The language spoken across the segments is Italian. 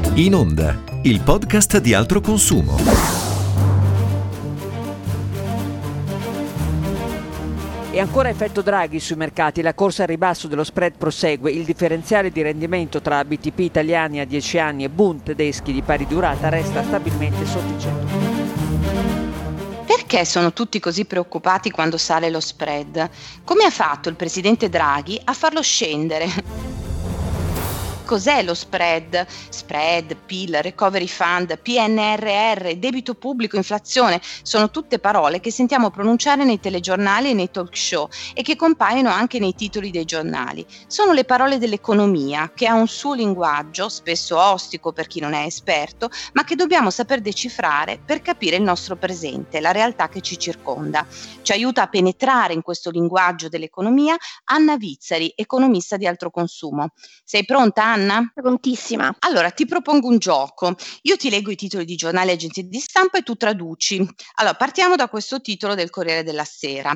In Onda, il podcast di Altro Consumo. E ancora effetto Draghi sui mercati, la corsa al ribasso dello spread prosegue, il differenziale di rendimento tra BTP italiani a 10 anni e Bund tedeschi di pari durata resta stabilmente sotto i 100. Perché sono tutti così preoccupati quando sale lo spread? Come ha fatto il presidente Draghi a farlo scendere? Cos'è lo spread? Spread, PIL, recovery fund, PNRR, debito pubblico, inflazione, sono tutte parole che sentiamo pronunciare nei telegiornali e nei talk show e che compaiono anche nei titoli dei giornali. Sono le parole dell'economia, che ha un suo linguaggio, spesso ostico per chi non è esperto, ma che dobbiamo saper decifrare per capire il nostro presente, la realtà che ci circonda. Ci aiuta a penetrare in questo linguaggio dell'economia Anna Vizzari, economista di Altro Consumo. Sei pronta, Anna? Prontissima. Allora, ti propongo un gioco. Io ti leggo i titoli di giornali e agenzie di stampa e tu traduci. Allora, partiamo da questo titolo del Corriere della Sera.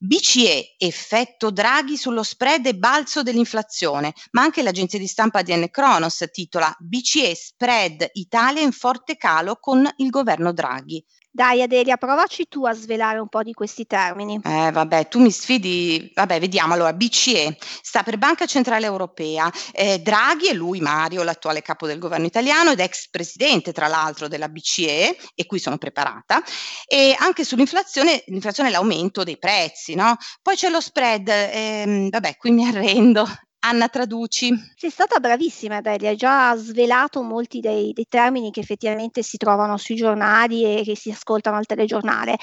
BCE, effetto Draghi sullo spread e balzo dell'inflazione. Ma anche l'agenzia di stampa ADN Kronos titola BCE spread Italia in forte calo con il governo Draghi. Dai Adelia, provaci tu a svelare un po' di questi termini. Vabbè, tu mi sfidi. Vabbè, vediamo. Allora, BCE sta per Banca Centrale Europea. Draghi è lui, Mario, l'attuale capo del governo italiano ed ex presidente, tra l'altro, della BCE, e qui sono preparata. E anche sull'inflazione, l'inflazione è l'aumento dei prezzi, no? Poi c'è lo spread. Vabbè, qui mi arrendo. Anna, traduci. Sei stata bravissima, Adelia, hai già svelato molti dei termini che effettivamente si trovano sui giornali e che si ascoltano al telegiornale.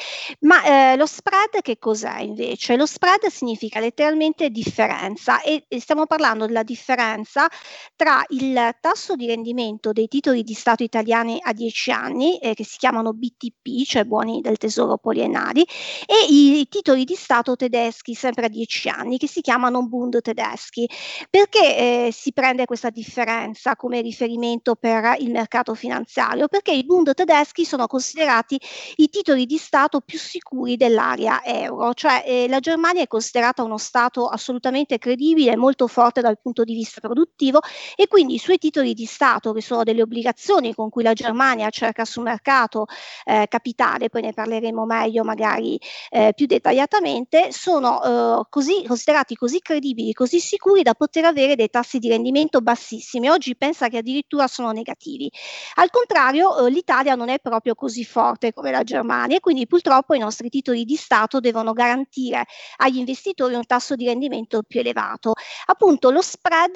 Ma lo spread che cos'è invece? Lo spread significa letteralmente differenza e stiamo parlando della differenza tra il tasso di rendimento dei titoli di Stato italiani a 10 anni, che si chiamano BTP, cioè buoni del tesoro poliennali, e i titoli di Stato tedeschi sempre a 10 anni, che si chiamano Bund tedeschi. Perché si prende questa differenza come riferimento per il mercato finanziario? Perché i Bund tedeschi sono considerati i titoli di Stato più sicuri dell'area euro, cioè la Germania è considerata uno Stato assolutamente credibile, molto forte dal punto di vista produttivo e quindi i suoi titoli di Stato, che sono delle obbligazioni con cui la Germania cerca sul mercato capitale, poi ne parleremo meglio magari più dettagliatamente, sono così considerati così credibili, così sicuri da poter avere dei tassi di rendimento bassissimi. Oggi pensa che addirittura sono negativi. Al contrario, l'Italia non è proprio così forte come la Germania e quindi purtroppo i nostri titoli di Stato devono garantire agli investitori un tasso di rendimento più elevato. Appunto lo spread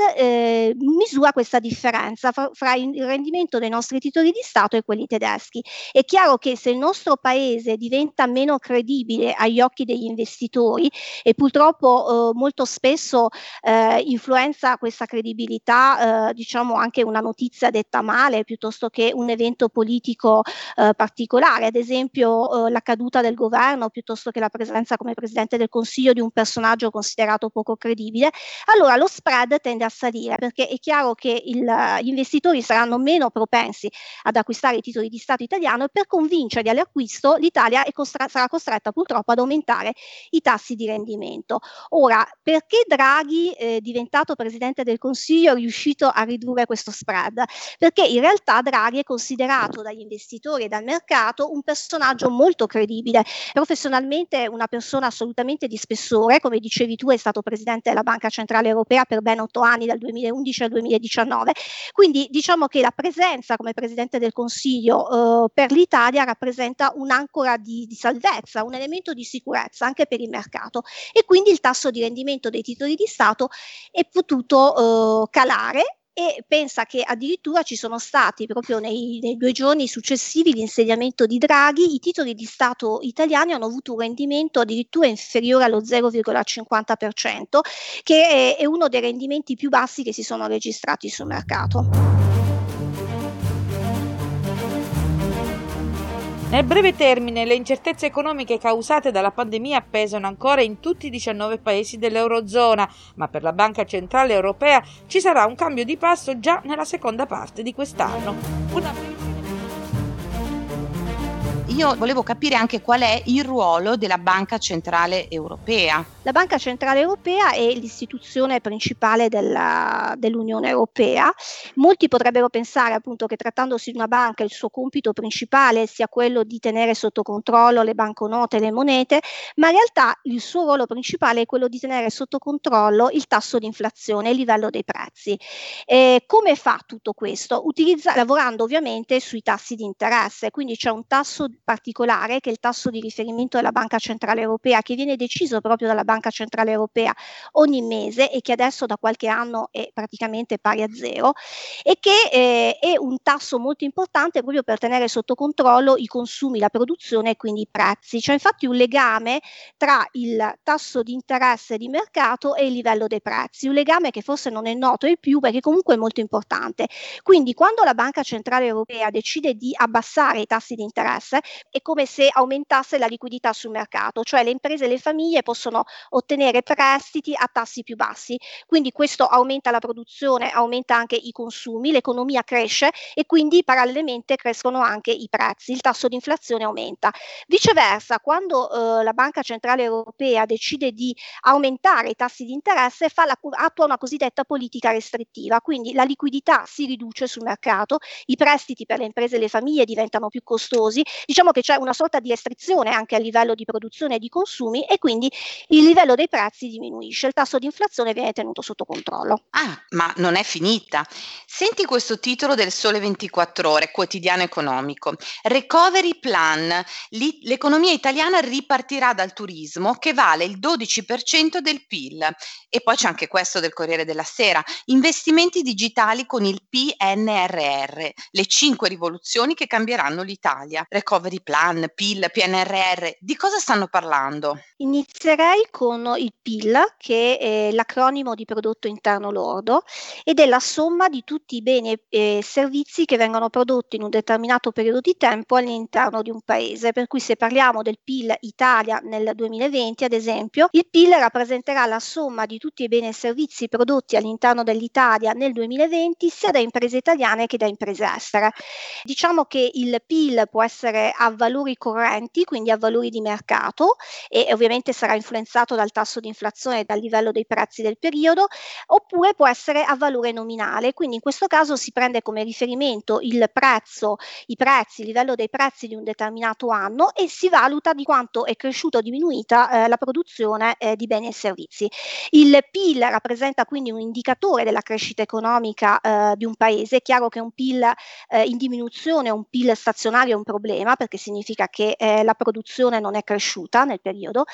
misura questa differenza fra il rendimento dei nostri titoli di Stato e quelli tedeschi. È chiaro che se il nostro paese diventa meno credibile agli occhi degli investitori e purtroppo molto spesso influenza questa credibilità, diciamo anche una notizia detta male piuttosto che un evento politico particolare, ad esempio la caduta del governo piuttosto che la presenza come Presidente del Consiglio di un personaggio considerato poco credibile, allora lo spread tende a salire perché è chiaro che gli investitori saranno meno propensi ad acquistare i titoli di Stato italiano e per convincerli all'acquisto l'Italia sarà costretta purtroppo ad aumentare i tassi di rendimento. Ora, perché Draghi diventato Presidente del Consiglio è riuscito a ridurre questo spread? Perché in realtà Draghi è considerato dagli investitori e dal mercato un personaggio molto credibile, professionalmente una persona assolutamente di spessore, come dicevi tu è stato Presidente della Banca Centrale Europea per ben 8 anni, dal 2011 al 2019, quindi diciamo che la presenza come Presidente del Consiglio per l'Italia rappresenta un'ancora di salvezza, un elemento di sicurezza anche per il mercato e quindi il tasso di rendimento dei titoli di Stato è potuto calare e pensa che addirittura ci sono stati proprio nei 2 giorni successivi l'insediamento di Draghi, i titoli di Stato italiani hanno avuto un rendimento addirittura inferiore allo 0,50%, che è uno dei rendimenti più bassi che si sono registrati sul mercato. Nel breve termine, le incertezze economiche causate dalla pandemia pesano ancora in tutti i 19 paesi dell'Eurozona, ma per la Banca Centrale Europea ci sarà un cambio di passo già nella seconda parte di quest'anno. io volevo capire anche qual è il ruolo della Banca Centrale Europea. La Banca Centrale Europea è l'istituzione principale dell'Unione Europea. Molti potrebbero pensare appunto che trattandosi di una banca il suo compito principale sia quello di tenere sotto controllo le banconote e le monete, ma in realtà il suo ruolo principale è quello di tenere sotto controllo il tasso di inflazione e il livello dei prezzi. Come fa tutto questo? Lavorando ovviamente sui tassi di interesse, quindi c'è un tasso particolare che è il tasso di riferimento della Banca Centrale Europea, che viene deciso proprio dalla Banca Centrale Europea ogni mese e che adesso da qualche anno è praticamente pari a zero, e che è un tasso molto importante proprio per tenere sotto controllo i consumi, la produzione e quindi i prezzi. C'è infatti un legame tra il tasso di interesse di mercato e il livello dei prezzi, un legame che forse non è noto ai più perché comunque è molto importante. Quindi quando la Banca Centrale Europea decide di abbassare i tassi di interesse è come se aumentasse la liquidità sul mercato, cioè le imprese e le famiglie possono ottenere prestiti a tassi più bassi, quindi questo aumenta la produzione, aumenta anche i consumi, l'economia cresce e quindi parallelamente crescono anche i prezzi, il tasso di inflazione aumenta. Viceversa, quando la Banca Centrale Europea decide di aumentare i tassi di interesse, attua una cosiddetta politica restrittiva, quindi la liquidità si riduce sul mercato, i prestiti per le imprese e le famiglie diventano più costosi, diciamo che c'è una sorta di restrizione anche a livello di produzione e di consumi e quindi il livello dei prezzi diminuisce, il tasso di inflazione viene tenuto sotto controllo. Ah, ma non è finita. Senti questo titolo del Sole 24 Ore, quotidiano economico. Recovery Plan. L'economia italiana ripartirà dal turismo che vale il 12% del PIL. E poi c'è anche questo del Corriere della Sera. Investimenti digitali con il PNRR. Le 5 rivoluzioni che cambieranno l'Italia. Recovery Plan, PIL, PNRR. Di cosa stanno parlando? Inizierei con il PIL, che è l'acronimo di prodotto interno lordo ed è la somma di tutti i beni e servizi che vengono prodotti in un determinato periodo di tempo all'interno di un paese. Per cui se parliamo del PIL Italia nel 2020, ad esempio, il PIL rappresenterà la somma di tutti i beni e servizi prodotti all'interno dell'Italia nel 2020 sia da imprese italiane che da imprese estere. Diciamo che il PIL può essere a valori correnti, quindi a valori di mercato, e ovviamente sarà influenzato dal tasso di inflazione e dal livello dei prezzi del periodo, oppure può essere a valore nominale, quindi in questo caso si prende come riferimento il prezzo, i prezzi, il livello dei prezzi di un determinato anno e si valuta di quanto è cresciuta o diminuita la produzione di beni e servizi. Il PIL rappresenta quindi un indicatore della crescita economica di un paese. È chiaro che un PIL in diminuzione o un PIL stazionario è un problema perché significa che la produzione non è cresciuta nel periodo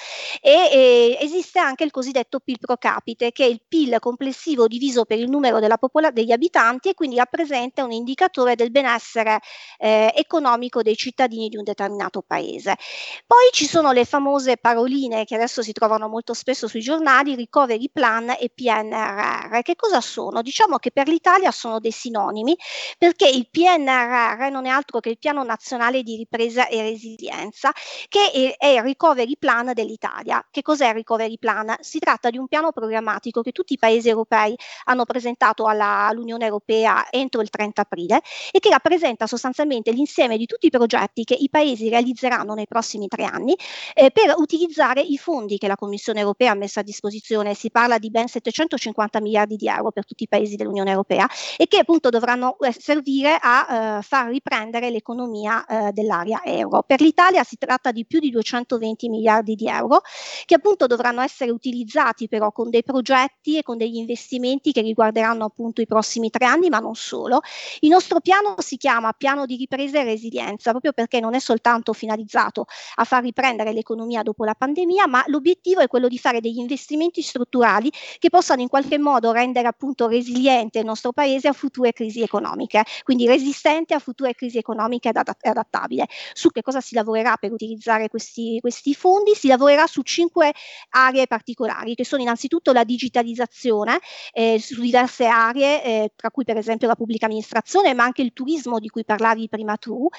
e esiste anche il cosiddetto PIL pro capite, che è il PIL complessivo diviso per il numero degli abitanti e quindi rappresenta un indicatore del benessere economico dei cittadini di un determinato paese. Poi ci sono le famose paroline che adesso si trovano molto spesso sui giornali, Recovery Plan e PNRR. Che cosa sono? Diciamo che per l'Italia sono dei sinonimi, perché il PNRR non è altro che il Piano Nazionale di Ripresa e Resilienza, che è il Recovery Plan dell'Italia. Che cos'è il Recovery Plan? Si tratta di un piano programmatico che tutti i paesi europei hanno presentato all'Unione Europea entro il 30 aprile e che rappresenta sostanzialmente l'insieme di tutti i progetti che i paesi realizzeranno nei prossimi 3 anni per utilizzare i fondi che la Commissione Europea ha messo a disposizione. Si parla di ben 750 miliardi di euro per tutti i paesi dell'Unione Europea e che appunto dovranno servire a far riprendere l'economia dell'area euro. Per l'Italia si tratta di più di 220 miliardi di euro che appunto dovranno essere utilizzati però con dei progetti e con degli investimenti che riguarderanno appunto i prossimi 3 anni, ma non solo. Il nostro piano si chiama Piano di Ripresa e Resilienza proprio perché non è soltanto finalizzato a far riprendere l'economia dopo la pandemia, ma l'obiettivo è quello di fare degli investimenti strutturali che possano in qualche modo rendere appunto resiliente il nostro paese a future crisi economiche, quindi resistente a future crisi economiche ed adattabile. Su che cosa si lavorerà per utilizzare questi fondi? Si lavorerà su 5 aree particolari, che sono innanzitutto la digitalizzazione su diverse aree, tra cui per esempio la pubblica amministrazione, ma anche il turismo di cui parlavi prima tu,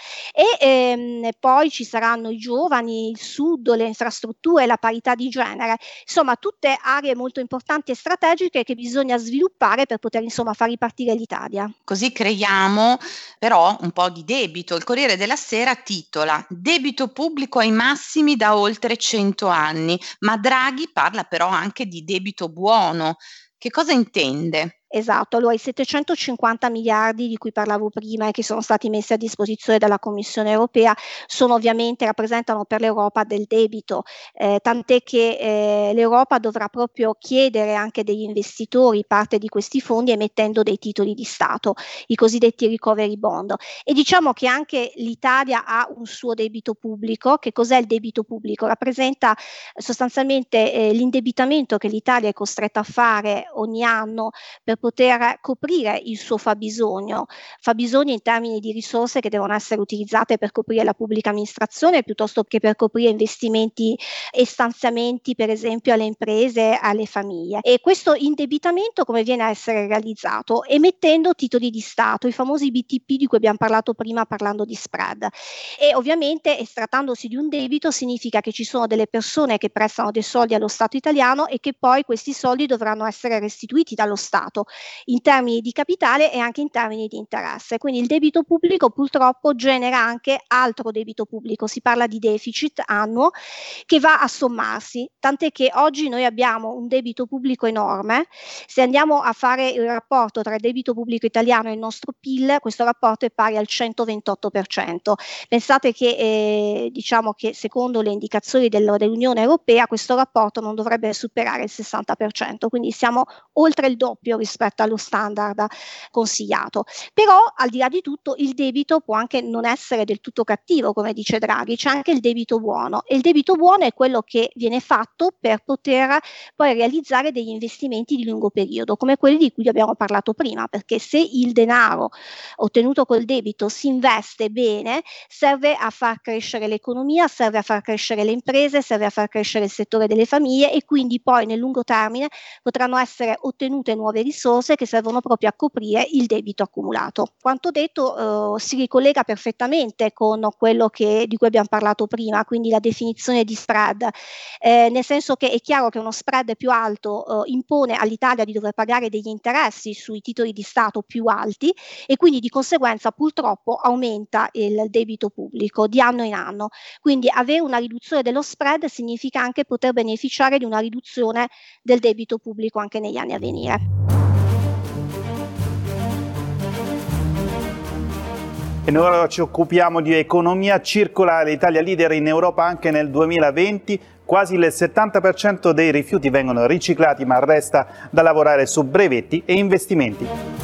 e poi ci saranno i giovani, il sud, le infrastrutture, la parità di genere, insomma tutte aree molto importanti e strategiche che bisogna sviluppare per poter insomma far ripartire l'Italia. Così creiamo però un po' di debito. Il Corriere della Sera titola Debito pubblico ai massimi da oltre 100 anni, ma Draghi parla però anche di debito buono. Che cosa intende? Esatto, allora i 750 miliardi di cui parlavo prima e che sono stati messi a disposizione dalla Commissione europea rappresentano per l'Europa del debito, tant'è che l'Europa dovrà proprio chiedere anche degli investitori parte di questi fondi emettendo dei titoli di Stato, i cosiddetti recovery bond. E diciamo che anche l'Italia ha un suo debito pubblico. Che cos'è il debito pubblico? Rappresenta sostanzialmente l'indebitamento che l'Italia è costretta a fare ogni anno per poter coprire il suo fabbisogno in termini di risorse che devono essere utilizzate per coprire la pubblica amministrazione piuttosto che per coprire investimenti e stanziamenti, per esempio, alle imprese, alle famiglie. E questo indebitamento come viene a essere realizzato? Emettendo titoli di Stato, i famosi BTP di cui abbiamo parlato prima parlando di spread. E ovviamente, trattandosi di un debito, significa che ci sono delle persone che prestano dei soldi allo Stato italiano e che poi questi soldi dovranno essere restituiti dallo Stato in termini di capitale e anche in termini di interesse. Quindi il debito pubblico purtroppo genera anche altro debito pubblico, si parla di deficit annuo che va a sommarsi, tant'è che oggi noi abbiamo un debito pubblico enorme. Se andiamo a fare il rapporto tra il debito pubblico italiano e il nostro PIL, questo rapporto è pari al 128%. Pensate che diciamo che secondo le indicazioni dell'Unione Europea questo rapporto non dovrebbe superare il 60%, quindi siamo oltre il doppio rispetto allo standard consigliato. Però al di là di tutto il debito può anche non essere del tutto cattivo, come dice Draghi, c'è anche il debito buono, e il debito buono è quello che viene fatto per poter poi realizzare degli investimenti di lungo periodo, come quelli di cui abbiamo parlato prima, perché se il denaro ottenuto col debito si investe bene, serve a far crescere l'economia, serve a far crescere le imprese, serve a far crescere il settore delle famiglie e quindi poi nel lungo termine potranno essere ottenute nuove risorse che servono proprio a coprire il debito accumulato. Quanto detto si ricollega perfettamente con quello di cui abbiamo parlato prima, quindi la definizione di spread, nel senso che è chiaro che uno spread più alto impone all'Italia di dover pagare degli interessi sui titoli di Stato più alti e quindi di conseguenza purtroppo aumenta il debito pubblico di anno in anno. Quindi avere una riduzione dello spread significa anche poter beneficiare di una riduzione del debito pubblico anche negli anni a venire. E noi ora ci occupiamo di economia circolare. L'Italia leader in Europa anche nel 2020. Quasi il 70% dei rifiuti vengono riciclati, ma resta da lavorare su brevetti e investimenti.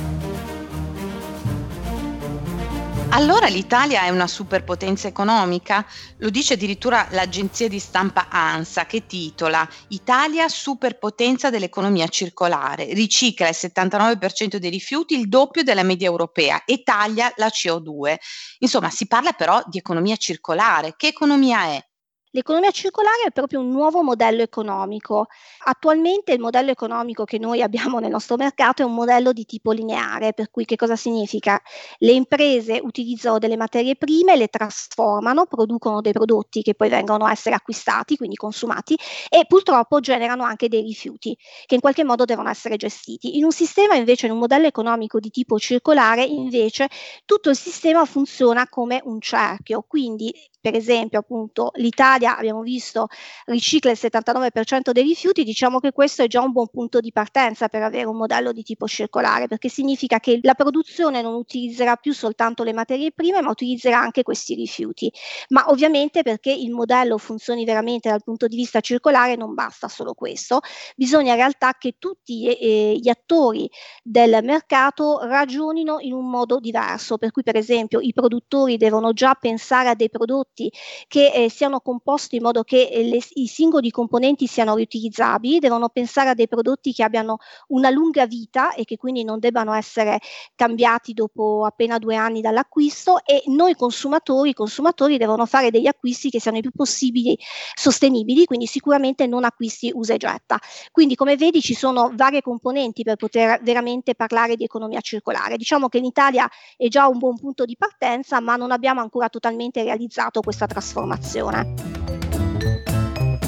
Allora l'Italia è una superpotenza economica? Lo dice addirittura l'agenzia di stampa ANSA, che titola Italia superpotenza dell'economia circolare, ricicla il 79% dei rifiuti, il doppio della media europea, e taglia la CO2. Insomma, si parla però di economia circolare. Che economia è? L'economia circolare è proprio un nuovo modello economico. Attualmente il modello economico che noi abbiamo nel nostro mercato è un modello di tipo lineare, per cui che cosa significa? Le imprese utilizzano delle materie prime, le trasformano, producono dei prodotti che poi vengono a essere acquistati, quindi consumati, e purtroppo generano anche dei rifiuti che in qualche modo devono essere gestiti. In un sistema invece, in un modello economico di tipo circolare, invece tutto il sistema funziona come un cerchio, quindi per esempio appunto l'Italia, abbiamo visto, ricicla il 79% dei rifiuti. Diciamo che questo è già un buon punto di partenza per avere un modello di tipo circolare, perché significa che la produzione non utilizzerà più soltanto le materie prime, ma utilizzerà anche questi rifiuti. Ma ovviamente perché il modello funzioni veramente dal punto di vista circolare non basta solo questo, bisogna in realtà che tutti gli attori del mercato ragionino in un modo diverso, per cui per esempio i produttori devono già pensare a dei prodotti che siano composti in modo che i singoli componenti siano riutilizzabili, devono pensare a dei prodotti che abbiano una lunga vita e che quindi non debbano essere cambiati dopo appena 2 anni dall'acquisto, e noi i consumatori devono fare degli acquisti che siano il più possibili sostenibili, quindi sicuramente non acquisti usa e getta. Quindi come vedi ci sono varie componenti per poter veramente parlare di economia circolare. Diciamo che l'Italia è già un buon punto di partenza, ma non abbiamo ancora totalmente realizzato questa trasformazione.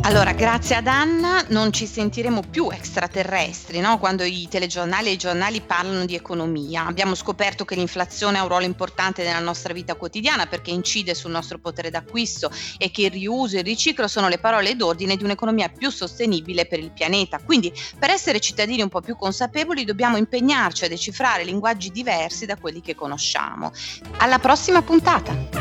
Allora, grazie ad Anna non ci sentiremo più extraterrestri, no? Quando i telegiornali e i giornali parlano di economia. Abbiamo scoperto che l'inflazione ha un ruolo importante nella nostra vita quotidiana perché incide sul nostro potere d'acquisto e che il riuso e il riciclo sono le parole d'ordine di un'economia più sostenibile per il pianeta. Quindi, per essere cittadini un po' più consapevoli, dobbiamo impegnarci a decifrare linguaggi diversi da quelli che conosciamo. Alla prossima puntata!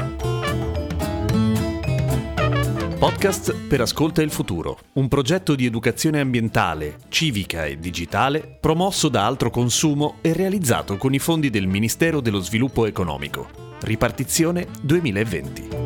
Podcast per Ascolta il Futuro, un progetto di educazione ambientale, civica e digitale promosso da Altro Consumo e realizzato con i fondi del Ministero dello Sviluppo Economico. Ripartizione 2020.